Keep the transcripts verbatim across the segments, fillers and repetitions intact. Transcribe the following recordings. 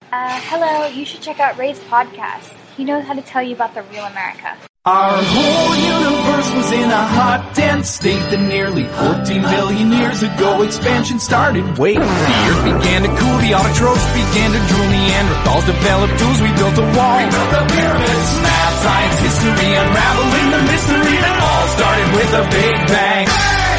Uh, hello, you should check out Ray's podcast. He knows how to tell you about the real America. Our whole universe was in a hot, dense state that nearly fourteen billion years ago expansion started. Wait, the earth began to cool, the autotrophs began to drool, Neanderthals developed tools, we built a wall. We built the pyramids, math, science, history, unraveling the mystery that all started with a big bang.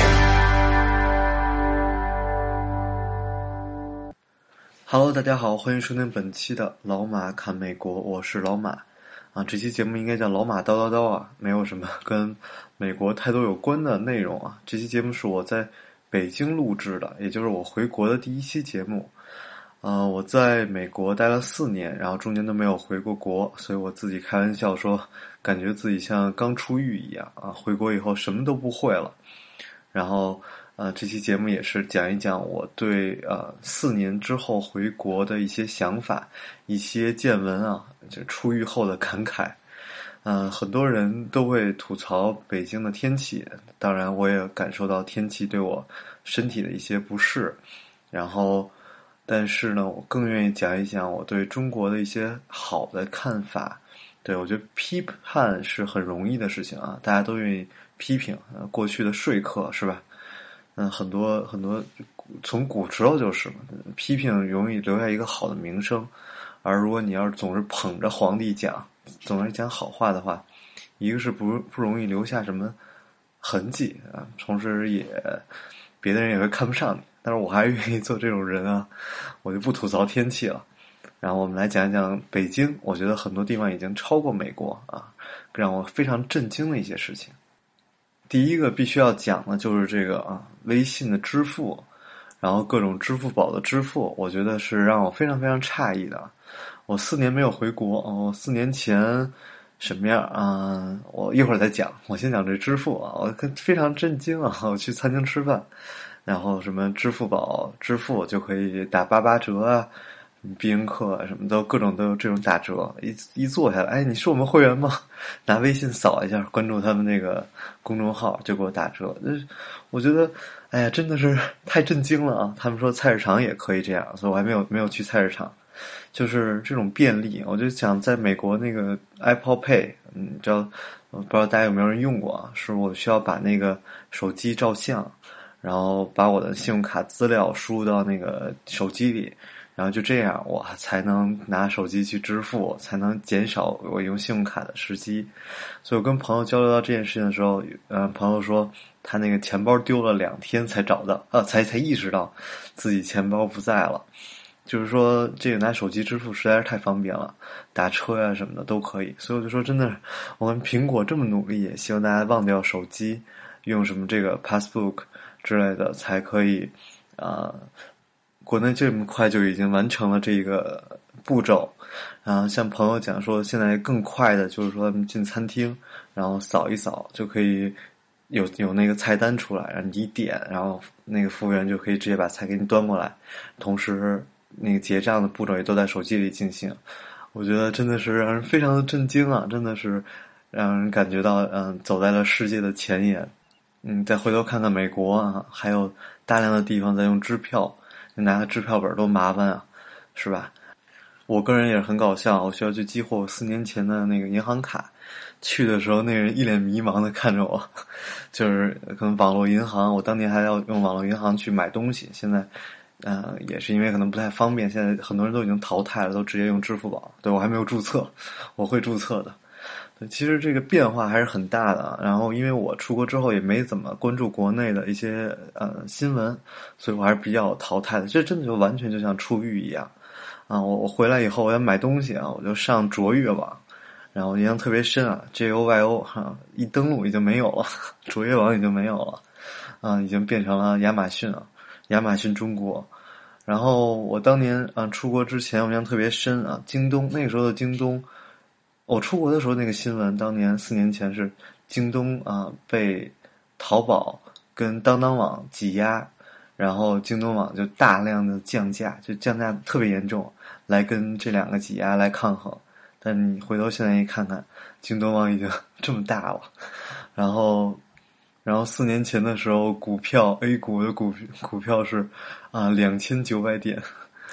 Hello， 大家好，欢迎收听本期的老马看美国，我是老马。啊，这期节目应该叫老马叨叨叨啊，没有什么跟美国太多有关的内容啊。这期节目是我在北京录制的，也就是我回国的第一期节目。呃，我在美国待了四年，然后中间都没有回过国，所以我自己开玩笑说，感觉自己像刚出狱一样啊，回国以后什么都不会了。然后呃，这期节目也是讲一讲我对呃四年之后回国的一些想法、一些见闻啊，就出狱后的感慨。呃，很多人都会吐槽北京的天气，当然我也感受到天气对我身体的一些不适。然后，但是呢，我更愿意讲一讲我对中国的一些好的看法。对，我觉得批判是很容易的事情啊，大家都愿意批评，呃，过去的说客是吧？嗯，很多很多，从古时候就是嘛，批评容易留下一个好的名声，而如果你要是总是捧着皇帝讲，总是讲好话的话，一个是不不容易留下什么痕迹啊，同时也别的人也会看不上你。但是我还是愿意做这种人啊，我就不吐槽天气了。然后我们来讲一讲北京，我觉得很多地方已经超过美国啊，让我非常震惊的一些事情。第一个必须要讲的就是这个啊，微信的支付，然后各种支付宝的支付，我觉得是让我非常非常诧异的。我四年没有回国，我、哦、四年前什么样啊？我一会儿再讲，我先讲这支付啊，我非常震惊啊！我去餐厅吃饭，然后什么支付宝支付就可以打八八折啊。必胜客什么都各种都有这种打折，一一坐下来，哎，你是我们会员吗？拿微信扫一下，关注他们那个公众号就给我打折。我觉得，哎呀，真的是太震惊了啊！他们说菜市场也可以这样，所以我还没有没有去菜市场。就是这种便利，我就想在美国那个 Apple Pay， 嗯，知道不知道大家有没有人用过啊？是我需要把那个手机照相，然后把我的信用卡资料输入到那个手机里。然后就这样，我才能拿手机去支付，才能减少我用信用卡的时机。所以我跟朋友交流到这件事情的时候，呃，朋友说他那个钱包丢了两天才找到，呃，才才意识到自己钱包不在了。就是说，这个拿手机支付实在是太方便了，打车呀、啊、什么的都可以。所以我就说，真的，我们苹果这么努力，也希望大家忘掉手机，用什么这个 Passbook 之类的才可以，啊、呃。国内这么快就已经完成了这个步骤，然后像朋友讲说，现在更快的就是说进餐厅，然后扫一扫就可以有有那个菜单出来，然后你一点，然后那个服务员就可以直接把菜给你端过来，同时那个结账的步骤也都在手机里进行。我觉得真的是让人非常的震惊啊，真的是让人感觉到嗯走在了世界的前沿。嗯，再回头看看美国啊，还有大量的地方在用支票。拿个支票本多麻烦啊，是吧？我个人也是很搞笑，我需要去激活我四年前的那个银行卡。去的时候，那个人一脸迷茫的看着我，就是可能网络银行，我当年还要用网络银行去买东西，现在，呃，也是因为可能不太方便，现在很多人都已经淘汰了，都直接用支付宝。对，我还没有注册，我会注册的。其实这个变化还是很大的，然后因为我出国之后也没怎么关注国内的一些呃新闻，所以我还是比较淘汰的。这真的就完全就像出狱一样啊！我我回来以后我要买东西啊，我就上卓越网，然后印象特别深啊 ，J O Y O 哈、啊，一登录已经没有了，卓越网已经没有了，啊，已经变成了亚马逊啊，亚马逊中国。然后我当年啊出国之前我印象特别深啊，京东那个时候的京东。我出国的时候那个新闻，当年四年前是京东啊被淘宝跟当当网挤压，然后京东网就大量的降价，就降价特别严重，来跟这两个挤压来抗衡。但你回头现在一看看，京东网已经这么大了，然后，然后四年前的时候，股票 A 股的股股票是啊两千九百点，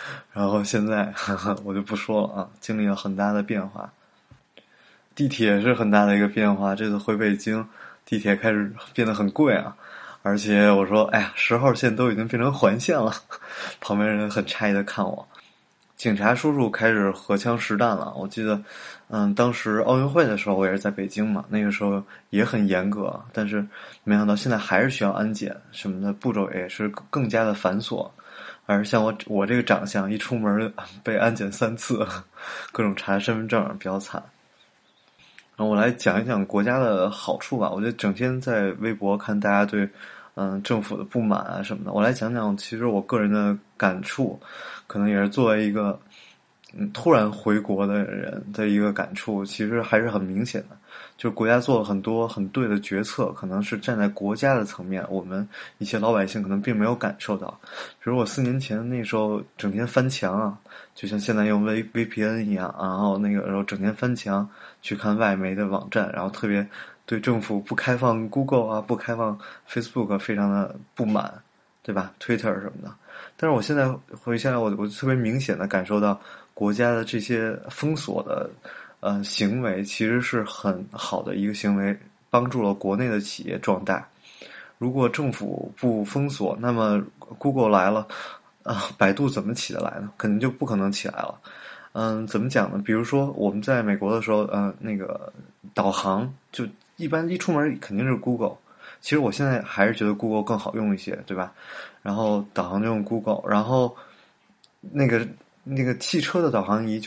然后现在呵呵我就不说了啊，经历了很大的变化。地铁是很大的一个变化，这次回北京，地铁开始变得很贵啊。而且我说，哎呀，十号线都已经变成环线了，旁边人很诧异的看我。警察叔叔开始荷枪实弹了。我记得，嗯，当时奥运会的时候，我也是在北京嘛，那个时候也很严格，但是没想到现在还是需要安检什么的，步骤也是更加的繁琐。而像我我这个长相，一出门被安检三次，各种查身份证，比较惨。然后我来讲一讲国家的好处吧。我觉得整天在微博看大家对嗯政府的不满啊什么的，我来讲讲其实我个人的感触，可能也是作为一个嗯突然回国的人的一个感触，其实还是很明显的。就是国家做了很多很对的决策，可能是站在国家的层面，我们一些老百姓可能并没有感受到。比如我四年前那时候整天翻墙啊，就像现在用 V V P N 一样，然后那个时候整天翻墙去看外媒的网站，然后特别对政府不开放 Google 啊，不开放 Facebook 非常的不满，对吧 Twitter 什么的。但是我现在回想来，我我特别明显的感受到国家的这些封锁的呃行为其实是很好的一个行为，帮助了国内的企业壮大。如果政府不封锁，那么 Google 来了啊、呃，百度怎么起得来呢？肯定就不可能起来了。嗯，怎么讲呢？比如说我们在美国的时候，呃，那个导航就一般一出门肯定是 Google。其实我现在还是觉得 Google 更好用一些，对吧？然后导航就用 Google， 然后那个那个汽车的导航仪就是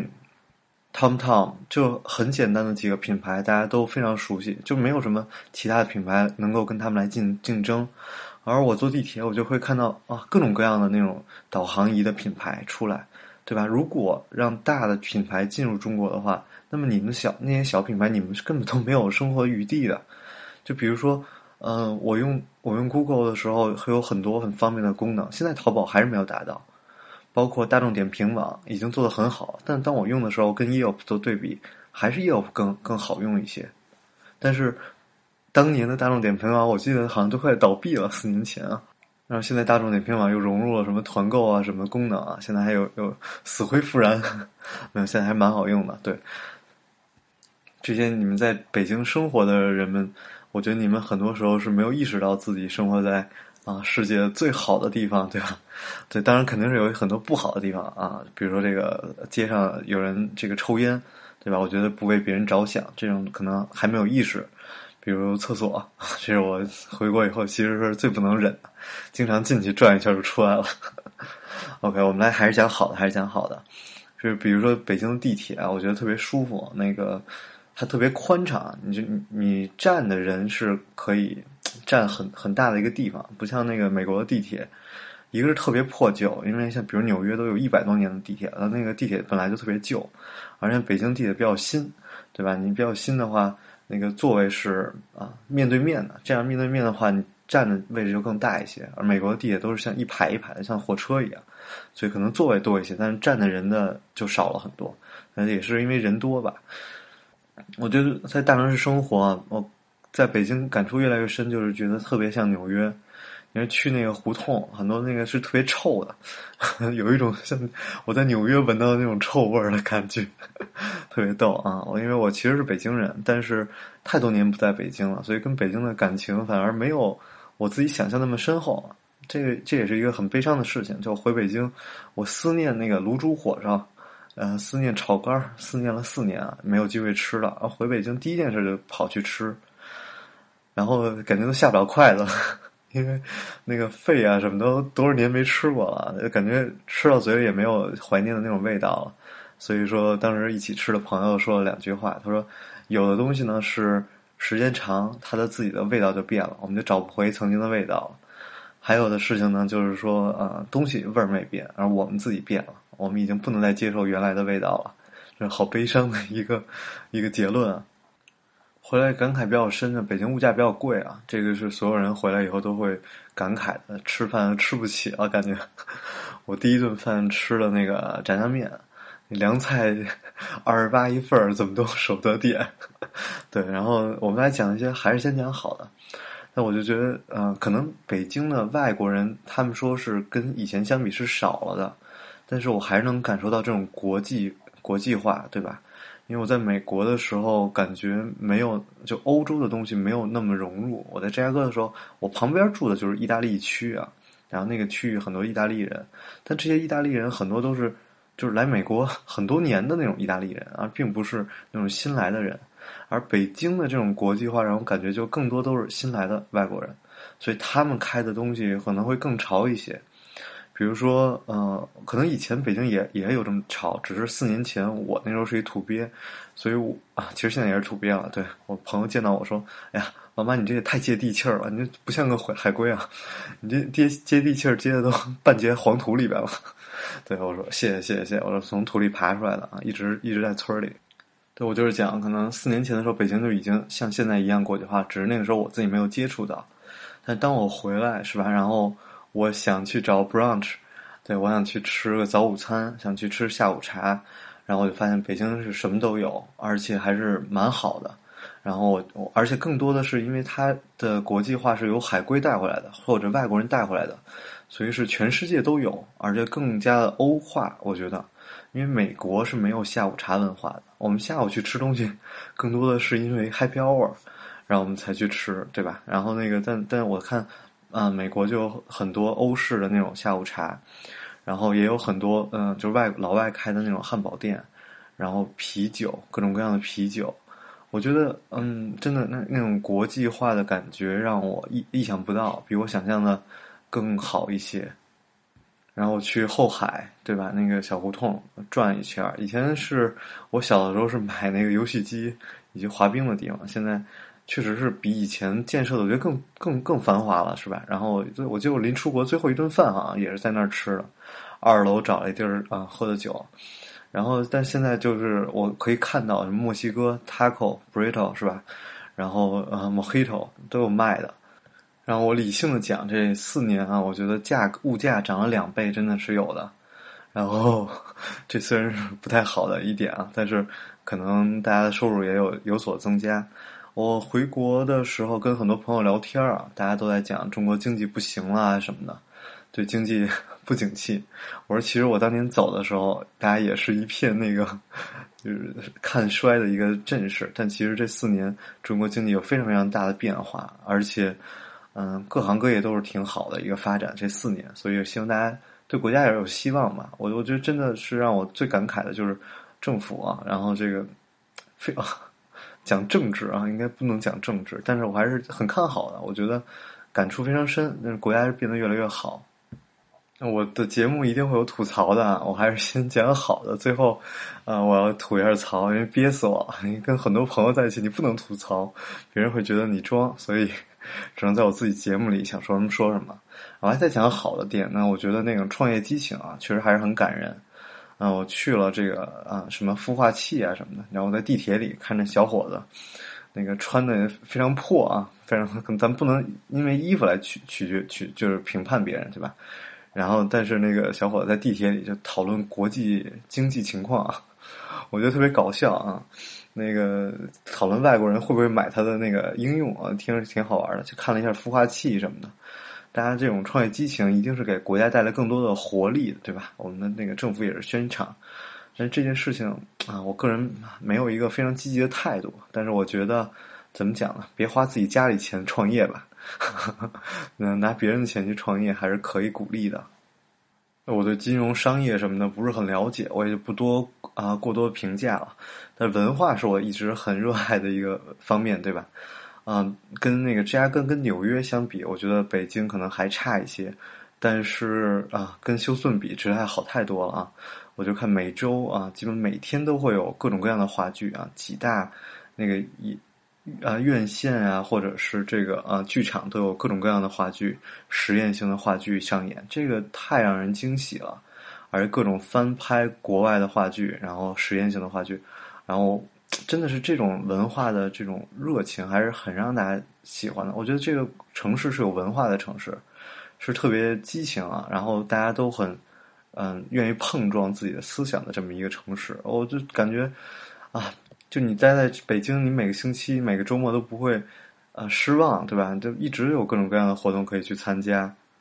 Garmin、TomTom， 就很简单的几个品牌，大家都非常熟悉，就没有什么其他的品牌能够跟他们来竞竞争。而我坐地铁，我就会看到啊各种各样的那种导航仪的品牌出来，对吧？如果让大的品牌进入中国的话，那么你们小那些小品牌，你们是根本都没有生活余地的。就比如说，嗯、呃，我用我用 Google 的时候会有很多很方便的功能，现在淘宝还是没有达到。包括大众点评网已经做得很好，但当我用的时候跟 Yelp 做对比，还是 Yelp 更更好用一些。但是当年的大众点评网，我记得好像都快倒闭了，四年前啊。然后现在大众点评网又融入了什么团购啊、什么功能啊，现在还有有死灰复燃，没有，现在还蛮好用的。对，这些你们在北京生活的人们，我觉得你们很多时候是没有意识到自己生活在啊世界最好的地方，对吧？对，当然肯定是有很多不好的地方啊，比如说这个街上有人这个抽烟，对吧？我觉得不为别人着想，这种可能还没有意识。比如厕所，这是我回国以后其实是最不能忍的，经常进去转一圈就出来了。OK， 我们来还是讲好的，还是讲好的。就是比如说北京的地铁啊，我觉得特别舒服，那个它特别宽敞，你就你你站的人是可以占很很大的一个地方，不像那个美国的地铁，一个是特别破旧，因为像比如纽约都有一百多年的地铁了，那个地铁本来就特别旧，而且北京地铁比较新，对吧？你比较新的话，那个座位是啊面对面的，这样面对面的话，你站的位置就更大一些。而美国的地铁都是像一排一排的，像火车一样，所以可能座位多一些，但是站的人的就少了很多。但也是因为人多吧。我觉得在大城市生活啊，我在北京感触越来越深，就是觉得特别像纽约。因为去那个胡同，很多那个是特别臭的，有一种像我在纽约闻到的那种臭味儿的感觉，特别逗啊！我因为我其实是北京人，但是太多年不在北京了，所以跟北京的感情反而没有我自己想象那么深厚。这个这也是一个很悲伤的事情。就回北京，我思念那个卤煮火烧，呃，思念炒肝，思念了四年啊，没有机会吃了。然后回北京第一件事就跑去吃，然后感觉都下不了筷子。因为那个肺啊什么都多少年没吃过了，感觉吃到嘴里也没有怀念的那种味道了。所以说当时一起吃的朋友说了两句话，他说有的东西呢是时间长它的自己的味道就变了，我们就找不回曾经的味道了。还有的事情呢就是说呃东西味儿没变，而我们自己变了，我们已经不能再接受原来的味道了。这好悲伤的一个一个结论啊。回来感慨比较深的，北京物价比较贵啊，这个是所有人回来以后都会感慨的，吃饭吃不起了感觉。我第一顿饭吃的那个炸酱面，凉菜二十八一份，怎么都舍不得点。对，然后我们来讲一些，还是先讲好的。那我就觉得，呃，可能北京的外国人，他们说是跟以前相比是少了的， 但是我还是能感受到这种国际国际化，对吧？因为我在美国的时候，感觉没有就欧洲的东西没有那么融入。我在芝加哥的时候，我旁边住的就是意大利区啊，然后那个区域很多意大利人，但这些意大利人很多都是就是来美国很多年的那种意大利人，而并不是那种新来的人。而北京的这种国际化让我感觉就更多都是新来的外国人，所以他们开的东西可能会更潮一些。比如说，呃，可能以前北京也也有这么潮，只是四年前我那时候是一土鳖，所以我啊，其实现在也是土鳖了。对，我朋友见到我说：“哎呀，老妈，你这也太接地气儿了，你这不像个海海龟啊，你这接接地气儿接的都半截黄土里边了。”对，我说谢谢谢谢谢谢，我说从土里爬出来的啊，一直一直在村里。对，我就是讲，可能四年前的时候，北京就已经像现在一样国际化，只是那个时候我自己没有接触到。但当我回来，是吧？然后我想去找 brunch， 对，我想去吃个早午餐，想去吃下午茶，然后我就发现北京是什么都有，而且还是蛮好的。然后我，而且更多的是因为它的国际化是由海归带回来的，或者外国人带回来的，所以是全世界都有，而且更加的欧化，我觉得。因为美国是没有下午茶文化的，我们下午去吃东西，更多的是因为 happy hour， 然后我们才去吃，对吧？然后那个，但但我看，啊、呃，美国就有很多欧式的那种下午茶，然后也有很多，嗯、呃，就是外老外开的那种汉堡店，然后啤酒，各种各样的啤酒，我觉得，嗯，真的那那种国际化的感觉让我意意想不到，比我想象的更好一些。然后去后海，对吧？那个小胡同转一圈。以前是我小的时候是买那个游戏机以及滑冰的地方，现在确实是比以前建设的，我觉得更更更繁华了，是吧？然后我记得我临出国最后一顿饭好像也是在那儿吃的，二楼找了一地儿啊、呃、喝的酒。然后但现在就是我可以看到墨西哥 taco burrito 是吧？然后呃 mojito 都有卖的。然后我理性的讲，这四年啊，我觉得价物价涨了两倍，真的是有的。然后这虽然是不太好的一点啊，但是可能大家的收入也有有所增加。我回国的时候跟很多朋友聊天啊，大家都在讲中国经济不行啦什么的，对经济不景气。我说其实我当年走的时候，大家也是一片那个就是看衰的一个阵势，但其实这四年中国经济有非常非常大的变化，而且。嗯，各行各业都是挺好的一个发展，这四年，所以希望大家对国家也有希望嘛。我我觉得真的是让我最感慨的就是政府啊，然后这个非啊讲政治啊，应该不能讲政治，但是我还是很看好的，我觉得感触非常深，那国家是变得越来越好。我的节目一定会有吐槽的，我还是先讲好的，最后，呃，我要吐一下槽，因为憋死我了。你跟很多朋友在一起，你不能吐槽，别人会觉得你装，所以只能在我自己节目里想说什么说什么。我还在讲好的点呢，我觉得那种创业激情啊，确实还是很感人。啊、呃，我去了这个啊、呃、什么孵化器啊什么的，然后在地铁里看着小伙子，那个穿的非常破啊，非常，咱不能因为衣服来取取决取就是评判别人，对吧？然后，但是那个小伙子在地铁里就讨论国际经济情况啊，我觉得特别搞笑啊。那个讨论外国人会不会买他的那个应用啊，听着挺好玩的。就看了一下孵化器什么的，大家这种创业激情一定是给国家带来更多的活力的，对吧？我们的那个政府也是宣场，但是这件事情啊，我个人没有一个非常积极的态度。但是我觉得怎么讲呢？别花自己家里钱创业吧。那拿别人的钱去创业还是可以鼓励的。我对金融商业什么的不是很了解，我也就不多啊、呃、过多评价了。但文化是我一直很热爱的一个方面，对吧？嗯、呃，跟那个芝加哥跟纽约相比，我觉得北京可能还差一些，但是啊、呃，跟休斯顿比，其实还好太多了啊。我就看每周啊，基本每天都会有各种各样的话剧啊，几大那个一。啊、呃，院线啊，或者是这个呃剧场都有各种各样的话剧，实验性的话剧上演，这个太让人惊喜了。而各种翻拍国外的话剧，然后实验性的话剧，然后真的是这种文化的这种热情，还是很让大家喜欢的。我觉得这个城市是有文化的城市，是特别激情啊，然后大家都很嗯愿意碰撞自己的思想的这么一个城市。我就感觉啊。就你待在北京，你每个星期、每个周末都不会，呃，失望，对吧？就一直有各种各样的活动可以去参加。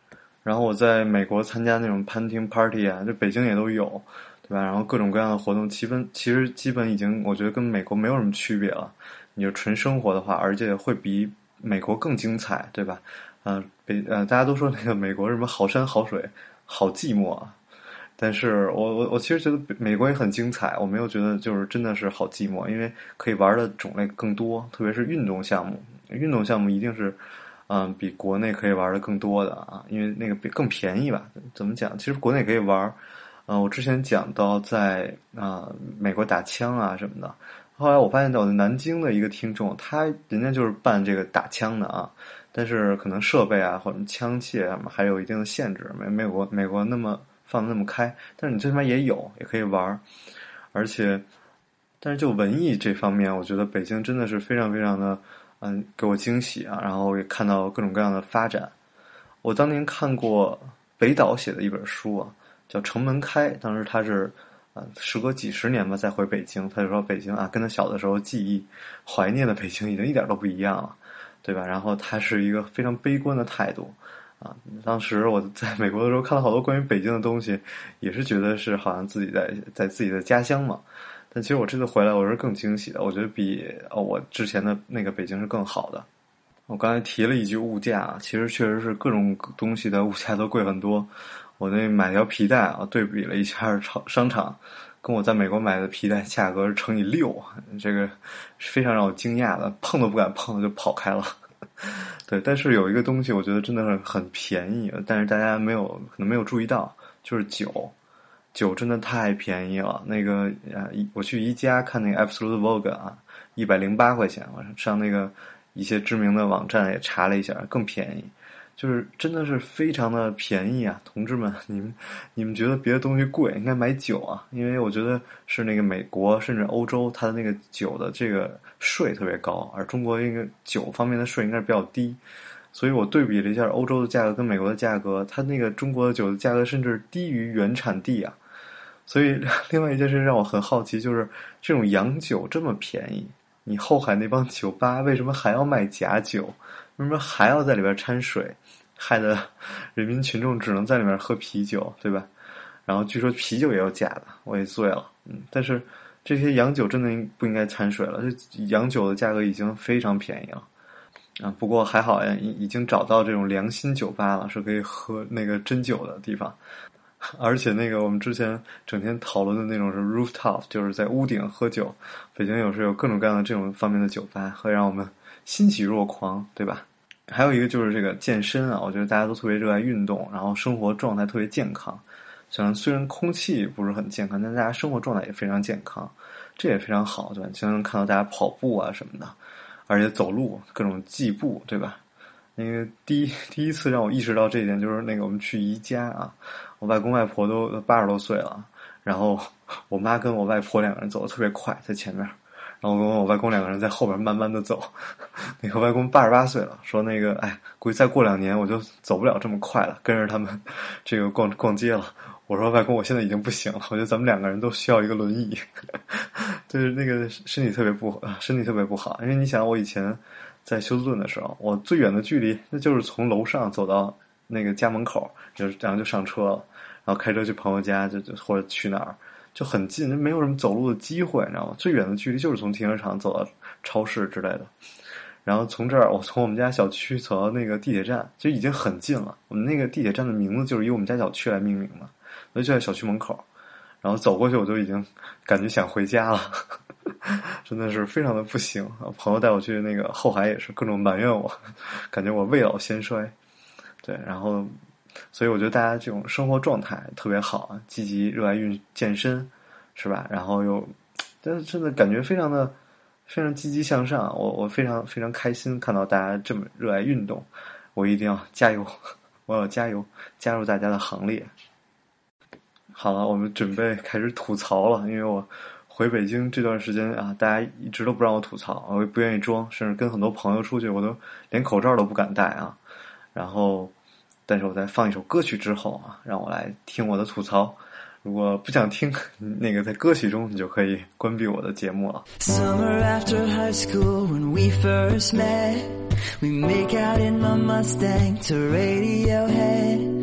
然后我在美国参加那种攀听 party 啊，就北京也都有，对吧？然后各种各样的活动，气氛其实基本已经我觉得跟美国没有什么区别了。你就纯生活的话，而且会比美国更精彩，对吧？呃，北呃，大家都说那个美国什么好山好水好寂寞啊，但是我我我其实觉得美国也很精彩，我没有觉得就是真的是好寂寞，因为可以玩的种类更多，特别是运动项目，运动项目一定是嗯、呃、比国内可以玩的更多的啊，因为那个更便宜吧？怎么讲？其实国内可以玩，呃，我之前讲到在啊、呃、美国打枪啊什么的。后来我发现到南京的一个听众，他人家就是办这个打枪的啊，但是可能设备啊或者枪械啊还有一定的限制，没美国美国那么放得那么开，但是你最起码也有，也可以玩，而且，但是就文艺这方面，我觉得北京真的是非常非常的嗯给我惊喜啊，然后也看到各种各样的发展。我当年看过北岛写的一本书啊，叫《城门开》，当时他是。啊，时隔几十年吧，再回北京，他就说北京啊，跟他小的时候记忆、怀念的北京已经一点都不一样了，对吧？然后他是一个非常悲观的态度，啊，当时我在美国的时候看了好多关于北京的东西，也是觉得是好像自己在在自己的家乡嘛。但其实我这次回来，我是更惊喜的，我觉得比哦我之前的那个北京是更好的。我刚才提了一句物价，其实确实是各种东西的物价都贵很多。我那买条皮带啊，对比了一下超商场，跟我在美国买的皮带价格是乘以六，这个是非常让我惊讶的，碰都不敢碰就跑开了。对，但是有一个东西我觉得真的是很便宜，但是大家没有可能没有注意到，就是酒，酒真的太便宜了。那个啊，我去宜家看那个 Absolute Vodka 啊，一百零八块钱，我上那个一些知名的网站也查了一下，更便宜。就是真的是非常的便宜啊，同志们，你们你们觉得别的东西贵，应该买酒啊，因为我觉得是那个美国甚至欧洲，它的那个酒的这个税特别高，而中国那个酒方面的税应该是比较低，所以我对比了一下欧洲的价格跟美国的价格，它那个中国的酒的价格甚至低于原产地啊，所以另外一件事让我很好奇，就是这种洋酒这么便宜，你后海那帮酒吧为什么还要卖假酒？为什么还要在里边掺水？害得人民群众只能在里面喝啤酒，对吧？然后据说啤酒也有假的，我也醉了。嗯，但是这些洋酒真的不应该掺水了，这洋酒的价格已经非常便宜了啊。不过还好呀，已已经找到这种良心酒吧了，是可以喝那个真酒的地方。而且那个我们之前整天讨论的那种是 rooftop， 就是在屋顶喝酒。北京有时有各种各样的这种方面的酒吧，会让我们欣喜若狂，对吧？还有一个就是这个健身啊，我觉得大家都特别热爱运动，然后生活状态特别健康。虽然虽然空气不是很健康，但大家生活状态也非常健康，这也非常好，对吧？经常看到大家跑步啊什么的，而且走路各种计步，对吧？那个第一第一次让我意识到这一点，就是那个我们去宜家啊，我外公外婆都八十多岁了，然后我妈跟我外婆两个人走得特别快，在前面。然后我跟我外公两个人在后边慢慢的走，那个外公八十八岁了，说那个哎，估计再过两年我就走不了这么快了，跟着他们这个逛逛街了。我说外公，我现在已经不行了，我觉得咱们两个人都需要一个轮椅，就是那个身体特别不身体特别不好，因为你想我以前在休斯顿的时候，我最远的距离那就是从楼上走到那个家门口，就然后就上车了，然后开车去朋友家，就就或者去哪儿。就很近，没有什么走路的机会，你知道吗？最远的距离就是从停车场走到超市之类的。然后从这儿，我从我们家小区走到那个地铁站，就已经很近了。我们那个地铁站的名字就是以我们家小区来命名的，所以就在小区门口。然后走过去，我就已经感觉想回家了，真的是非常的不行。朋友带我去那个后海也是各种埋怨我，感觉我未老先衰。对，然后。所以我觉得大家这种生活状态特别好啊，积极热爱运健身，是吧？然后又，但是真的感觉非常的非常积极向上，我我非常非常开心看到大家这么热爱运动，我一定要加油，我要加油，加入大家的行列。好了，我们准备开始吐槽了，因为我回北京这段时间啊，大家一直都不让我吐槽，我也不愿意装，甚至跟很多朋友出去，我都连口罩都不敢戴啊，然后。但是我在放一首歌曲之后啊，让我来听我的吐槽。如果不想听，那个在歌曲中你就可以关闭我的节目了。Summer after high school when we first met, we make out in my Mustang to Radiohead.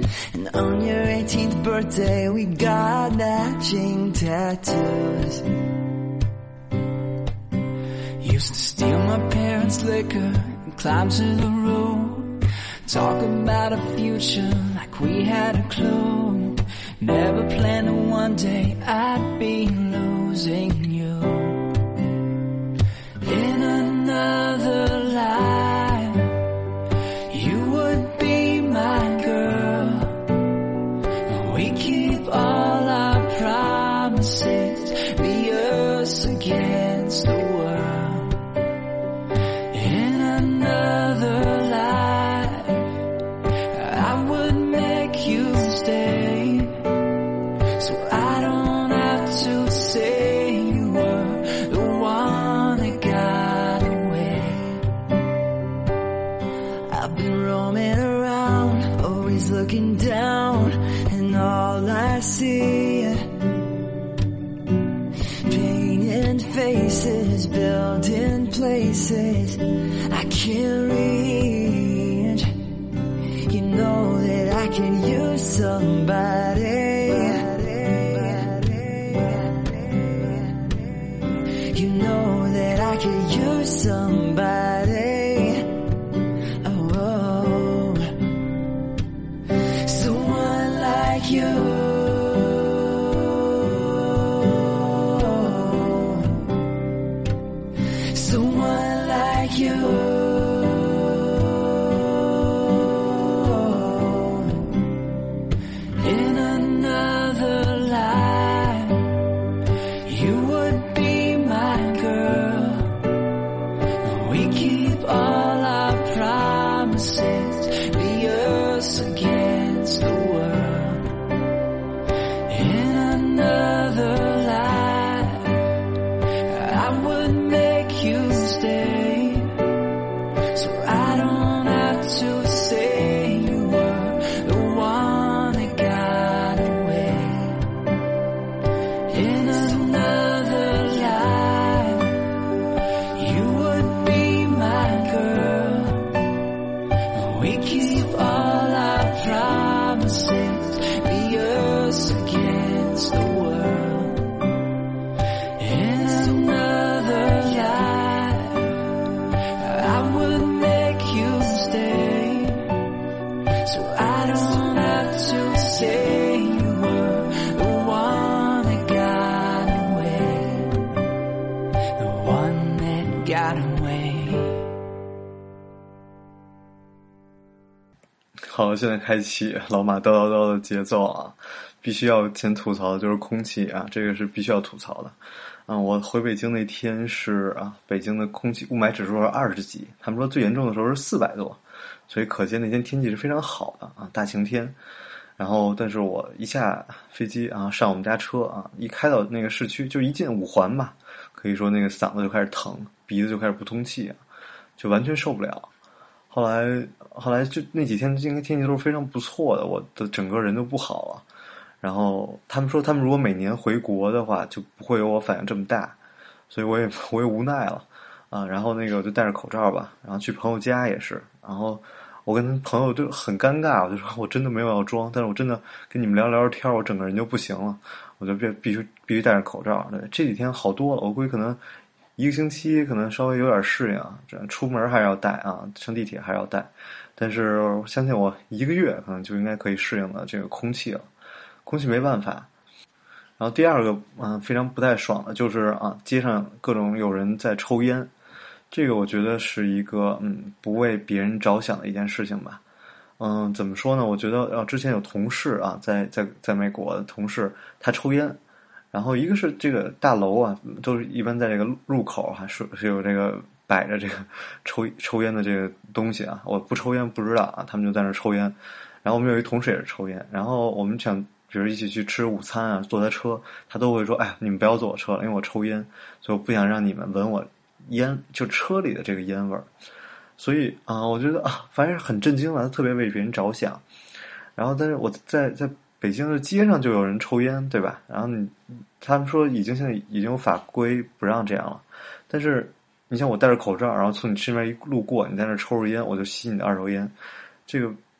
And on your eighteenth birthday, we got matching tattoos. Used to steal my parents' liquor and climb to the roof. Talk about a future like we had a clue. Never planned that one day I'd be losing you. In another life, you would be my girl. We keep all our promises, be us against the world. In another life, I would make you stay, so I don't have to say you were the one that got away. I've been roaming around, always looking down, and all I see, painted faces, building places I can't reach. You know that I can use somebody. You know that I could use somebody. Oh, someone like you. Someone like you. In another life, you would be my girl. We keep all our promises, be us against the world. In another life, I would make you stay, so I don't have to say you were the one that got away. In another life, you would be my girl. We keep all our promises, be us against the world. In another life, I would make you stay, so I don't have to say you were the one that got away. The one that got away. 好，现在开启老马叨叨叨的节奏啊！必须要先吐槽的就是空气啊，这个是必须要吐槽的。啊，我回北京那天是啊，北京的空气雾霾指数是二十几，他们说最严重的时候是四百多，所以可见那天天气是非常好的啊，大晴天。然后，但是我一下飞机啊，上我们家车啊，一开到那个市区，就一进五环吧，可以说那个嗓子就开始疼，鼻子就开始不通气啊，就完全受不了。后来，后来就那几天应该天气都是非常不错的，我的整个人都不好了。然后他们说，他们如果每年回国的话，就不会有我反应这么大，所以我也我也无奈了啊。然后那个我就戴着口罩吧，然后去朋友家也是，然后我跟朋友就很尴尬，我就说我真的没有要装，但是我真的跟你们聊聊天，我整个人就不行了，我就必必须必须戴着口罩。对，这几天好多了，我估计可能一个星期可能稍微有点适应啊，这出门还是要戴啊，上地铁还是要戴，但是我相信我一个月可能就应该可以适应了这个空气了，空气没办法。然后第二个嗯、呃、非常不太爽的就是啊，街上各种有人在抽烟，这个我觉得是一个嗯不为别人着想的一件事情吧。嗯，怎么说呢？我觉得啊，之前有同事啊，在在在美国的同事他抽烟。然后一个是这个大楼啊，都是一般在这个入口还是是有这个摆着这个抽抽烟的这个东西啊。我不抽烟不知道啊，他们就在那抽烟。然后我们有一同事也是抽烟，然后我们想比如一起去吃午餐啊，坐他车，他都会说：“哎，你们不要坐我车了，因为我抽烟，所以我不想让你们闻我烟，就车里的这个烟味儿。”所以啊、呃，我觉得啊，反正很震惊了，他特别为别人着想。然后，但是我在在。北京的街上就有人抽烟，对吧？然后你他们说已经现在已经有法规不让这样了，但是你像我戴着口罩，然后从你身边一路过，你在那抽着烟，我就吸你的二手烟，这个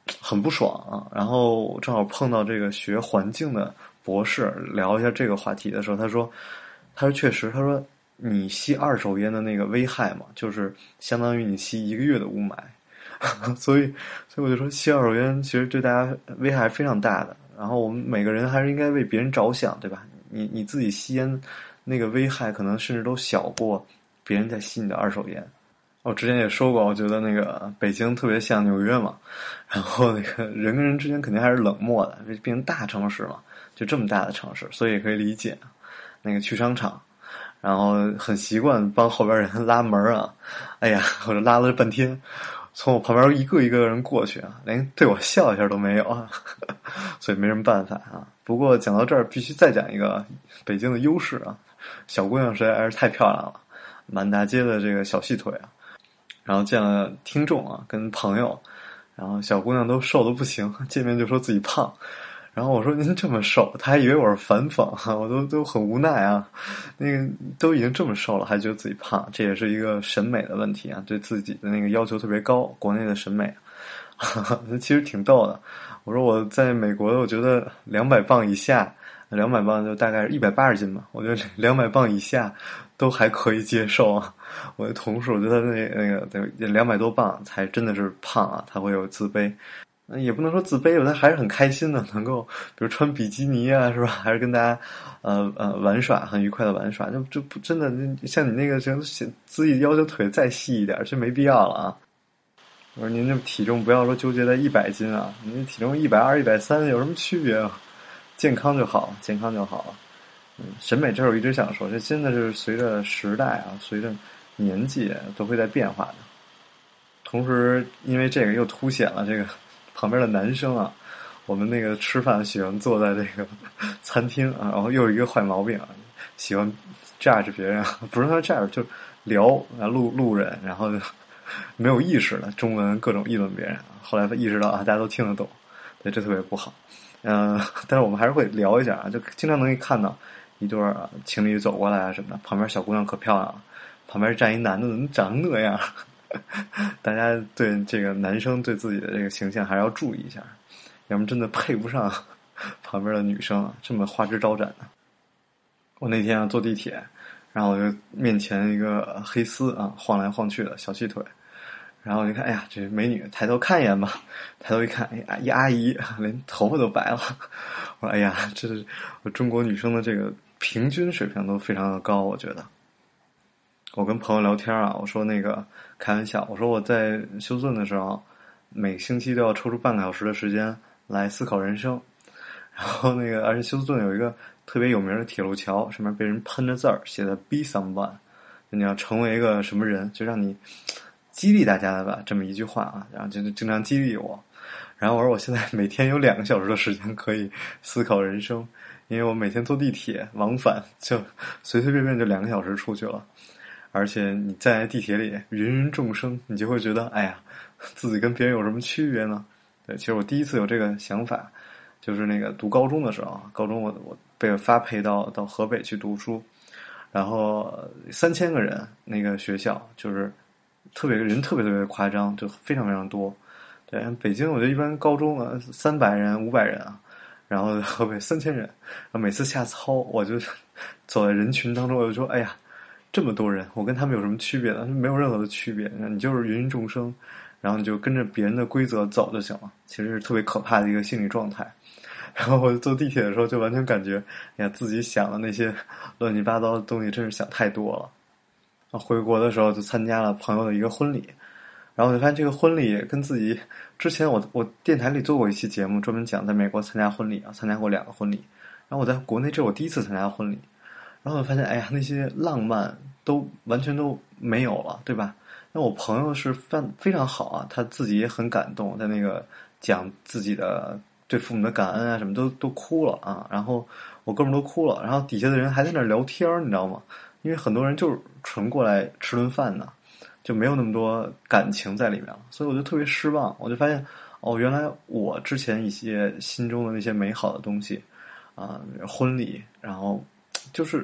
很不爽啊。然后正好碰到这个学环境的博士，聊一下这个话题的时候，他说，他说确实，他说你吸二手烟的那个危害嘛，就是相当于你吸一个月的雾霾。所以，所以我就说，吸二手烟其实对大家危害非常大的。然后我们每个人还是应该为别人着想，对吧？你你自己吸烟，那个危害可能甚至都小过别人在吸你的二手烟。我之前也说过，我觉得那个北京特别像纽约嘛，然后那个人跟人之间肯定还是冷漠的，毕竟大城市嘛，就这么大的城市，所以也可以理解。那个去商场，然后很习惯帮后边人拉门啊，哎呀，我就拉了半天。从我旁边一个一个人过去啊，连对我笑一下都没有啊，所以没什么办法啊。不过讲到这儿，必须再讲一个北京的优势啊，小姑娘实在是太漂亮了，满大街的这个小细腿啊。然后见了听众啊，跟朋友，然后小姑娘都瘦得不行，见面就说自己胖。然后我说您这么瘦，他还以为我是反讽啊，我都都很无奈啊。那个都已经这么瘦了，还觉得自己胖，这也是一个审美的问题啊，对自己的那个要求特别高，国内的审美，其实挺逗的。我说我在美国，我觉得两百磅以下，两百磅就大概是一百八十斤吧，我觉得两百磅以下都还可以接受啊。我的同事，我觉得那那个两百多磅才真的是胖啊，他会有自卑。也不能说自卑吧，他还是很开心的，能够比如穿比基尼啊，是吧？还是跟大家呃呃玩耍，很愉快的玩耍，就就不真的像你那个像自己要求腿再细一点，就没必要了啊。我说您这体重不要说纠结在一百斤啊，您体重一百二、一百三有什么区别啊？健康就好，健康就好了。嗯，审美这儿我一直想说，这真的是随着时代啊，随着年纪都会在变化的。同时，因为这个又凸显了这个。旁边的男生啊，我们那个吃饭喜欢坐在这个餐厅啊，然后又有一个坏毛病啊，喜欢 judge 别人，不是他 judge 就聊啊路路人，然后就没有意识的中文各种议论别人。后来他意识到啊，大家都听得懂，对，这特别不好。嗯、呃，但是我们还是会聊一下啊，就经常能看到一对情侣走过来啊什么的，旁边小姑娘可漂亮了，旁边站一男的，怎么长成那样？大家对这个男生对自己的这个形象还是要注意一下，要么真的配不上旁边的女生啊，这么花枝招展的。我那天啊坐地铁，然后我就面前一个黑丝啊晃来晃去的小细腿，然后我就看，哎呀，这美女，抬头看一眼吧，抬头一看，哎，一阿姨连头发都白了。我说，哎呀，这是我中国女生的这个平均水平都非常的高，我觉得。我跟朋友聊天啊，我说那个开玩笑，我说我在休斯顿的时候，每个星期都要抽出半个小时的时间来思考人生。然后那个，而且休斯顿有一个特别有名的铁路桥，上面被人喷着字儿，写的 "Be someone"， 你要成为一个什么人，就让你激励大家的吧，这么一句话啊，然后就经常激励我。然后我说我现在每天有两个小时的时间可以思考人生，因为我每天坐地铁往返，就随随便便就两个小时出去了。而且你在地铁里芸芸众生，你就会觉得，哎呀，自己跟别人有什么区别呢？对，其实我第一次有这个想法，就是那个读高中的时候，高中我我被发配到到河北去读书，然后三千个人那个学校，就是特别人特别特别夸张，就非常非常多。对，北京我觉得一般高中啊三百人五百人啊，然后河北三千人，然后每次下操我就走在人群当中，我就说，哎呀。这么多人，我跟他们有什么区别呢？没有任何的区别，你就是芸芸众生，然后你就跟着别人的规则走就行了。其实是特别可怕的一个心理状态。然后我坐地铁的时候，就完全感觉，哎呀，自己想的那些乱七八糟的东西，真是想太多了。回国的时候就参加了朋友的一个婚礼，然后我就发现这个婚礼跟自己之前我我电台里做过一期节目，专门讲在美国参加婚礼啊，参加过两个婚礼。然后我在国内这是我第一次参加婚礼。然后我发现，哎呀，那些浪漫都完全都没有了，对吧？那我朋友是非非常好啊，他自己也很感动，在那个讲自己的对父母的感恩啊，什么都都哭了啊。然后我哥们都哭了，然后底下的人还在那聊天，你知道吗？因为很多人就是纯过来吃顿饭的，就没有那么多感情在里面了，所以我就特别失望。我就发现，哦，原来我之前一些心中的那些美好的东西啊，婚礼，然后。就是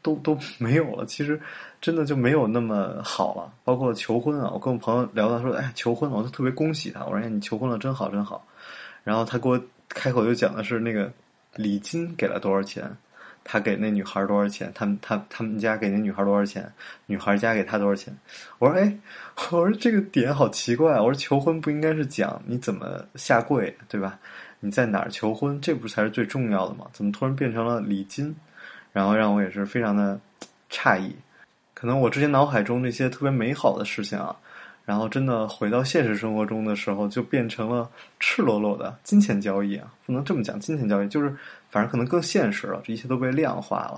都都没有了。其实真的就没有那么好了。包括求婚啊，我跟我朋友聊到说，哎，求婚了，我就特别恭喜他，我说哎，你求婚了，真好真好。然后他给我开口就讲的是那个礼金给了多少钱，他给那女孩多少钱，他们他他们家给那女孩多少钱，女孩家给他多少钱。我说哎，我说这个点好奇怪，我说求婚不应该是讲你怎么下跪，对吧？你在哪儿求婚，这不才是最重要的吗？怎么突然变成了礼金？然后让我也是非常的诧异。可能我之前脑海中那些特别美好的事情啊，然后真的回到现实生活中的时候，就变成了赤裸裸的金钱交易啊！不能这么讲，金钱交易就是反正可能更现实了，这一切都被量化了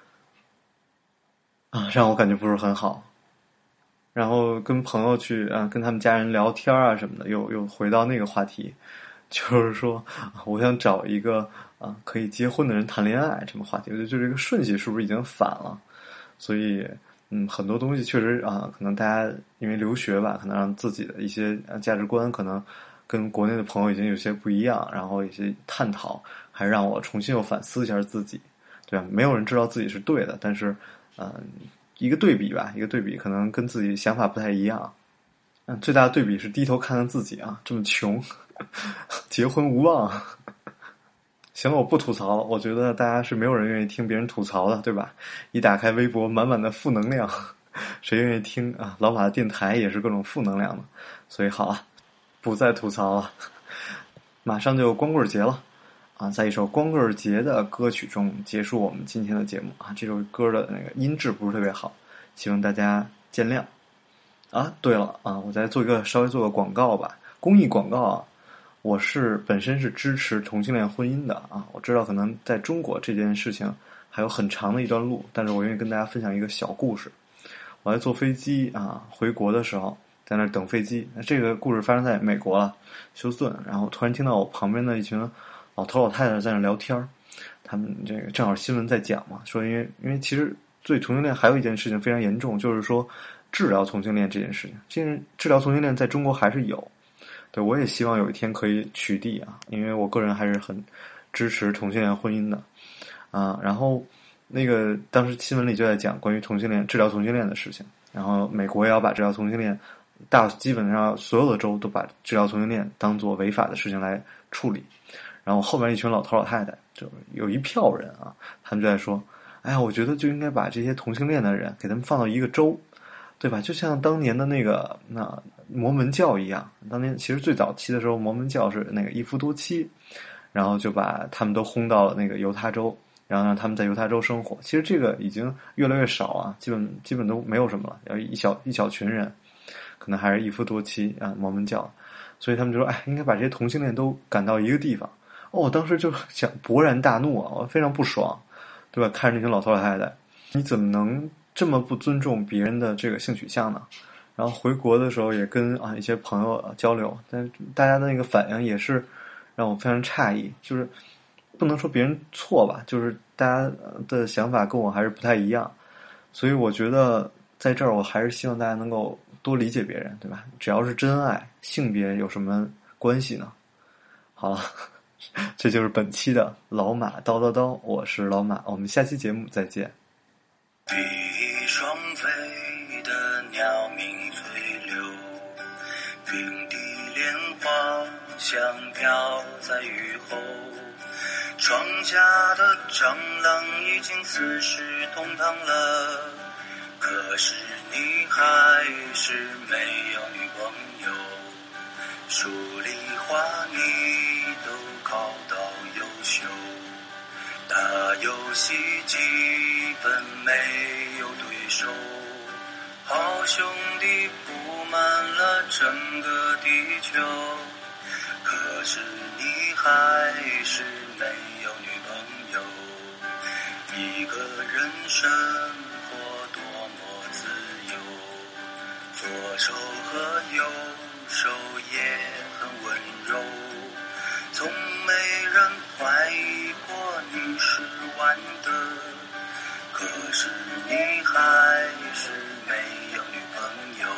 啊，让我感觉不是很好。然后跟朋友去啊，跟他们家人聊天啊什么的，又又回到那个话题，就是说我想找一个啊可以结婚的人谈恋爱这么话题。我觉得就这个顺序是不是已经反了？所以嗯，很多东西确实啊，可能大家因为留学吧，可能让自己的一些价值观可能跟国内的朋友已经有些不一样，然后一些探讨，还让我重新又反思一下自己，对吧？没有人知道自己是对的，但是嗯、呃，一个对比吧，一个对比，可能跟自己想法不太一样。嗯，最大的对比是低头看看自己啊，这么穷，结婚无望。行了，我不吐槽了。我觉得大家是没有人愿意听别人吐槽的，对吧？一打开微博，满满的负能量，谁愿意听啊？老马的电台也是各种负能量的，所以好啊，不再吐槽了。马上就光棍节了啊，在一首光棍节的歌曲中结束我们今天的节目啊。这首歌的那个音质不是特别好，希望大家见谅。啊，对了啊，我再做一个稍微做个广告吧，公益广告啊。我是本身是支持同性恋婚姻的啊，我知道可能在中国这件事情还有很长的一段路，但是我愿意跟大家分享一个小故事。我在坐飞机啊回国的时候，在那儿等飞机，这个故事发生在美国了，休斯顿。然后突然听到我旁边的一群老头老太太在那聊天，他们这个正好新闻在讲嘛，说因为因为其实对同性恋还有一件事情非常严重，就是说治疗同性恋这件事情，这治疗同性恋在中国还是有。对，我也希望有一天可以取缔啊，因为我个人还是很支持同性恋婚姻的啊。然后那个当时新闻里就在讲关于同性恋治疗同性恋的事情，然后美国也要把治疗同性恋，大基本上所有的州都把治疗同性恋当作违法的事情来处理。然后后面一群老头老太太，就有一票人啊，他们就在说，哎呀，我觉得就应该把这些同性恋的人给他们放到一个州。对吧？就像当年的那个那摩门教一样，当年其实最早期的时候，摩门教是那个一夫多妻，然后就把他们都轰到了那个犹他州，然后让他们在犹他州生活。其实这个已经越来越少啊，基本基本都没有什么了，要一小一小群人，可能还是一夫多妻啊，摩门教，所以他们就说，哎，应该把这些同性恋都赶到一个地方。哦，我当时就想勃然大怒啊，我非常不爽，对吧？看着那群老头老太太，你怎么能这么不尊重别人的这个性取向呢？然后回国的时候也跟啊一些朋友、啊、交流，但大家的那个反应也是让我非常诧异，就是不能说别人错吧，就是大家的想法跟我还是不太一样，所以我觉得在这儿我还是希望大家能够多理解别人，对吧？只要是真爱，性别有什么关系呢？好了，这就是本期的老马叨叨叨，我是老马，我们下期节目再见。 第一双飞的鸟鸣翠柳，平地莲花香飘在雨后，窗下的蟑螂已经四世同堂了，可是你还是没有女朋友，数理化你都考到优秀，打游戏基本没有对手，好兄弟布满了整个地球，可是你还是没有女朋友，一个人生活多么自由，左手和右手也很温柔，从没人怀疑过你是玩的，可是你还是没有女朋友。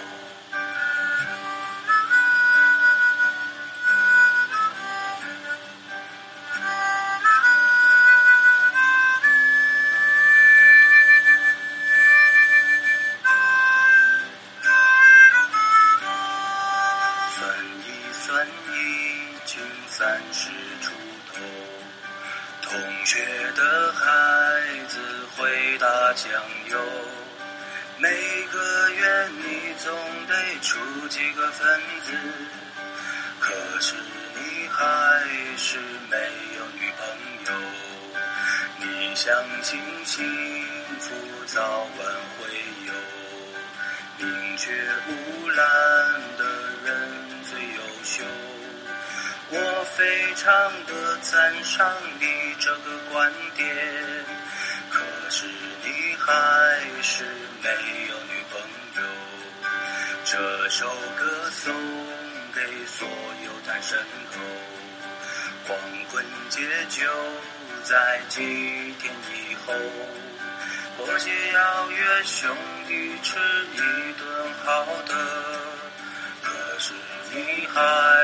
酱油。每个月你总得出几个分子，可是你还是没有女朋友。你相信幸福早晚会有，宁缺毋滥的人最优秀。我非常的赞赏你这个观点，可是你还是没有女朋友。这首歌送给所有单身狗，光棍节就在几天以后，或许要约兄弟吃一顿好的，可是你还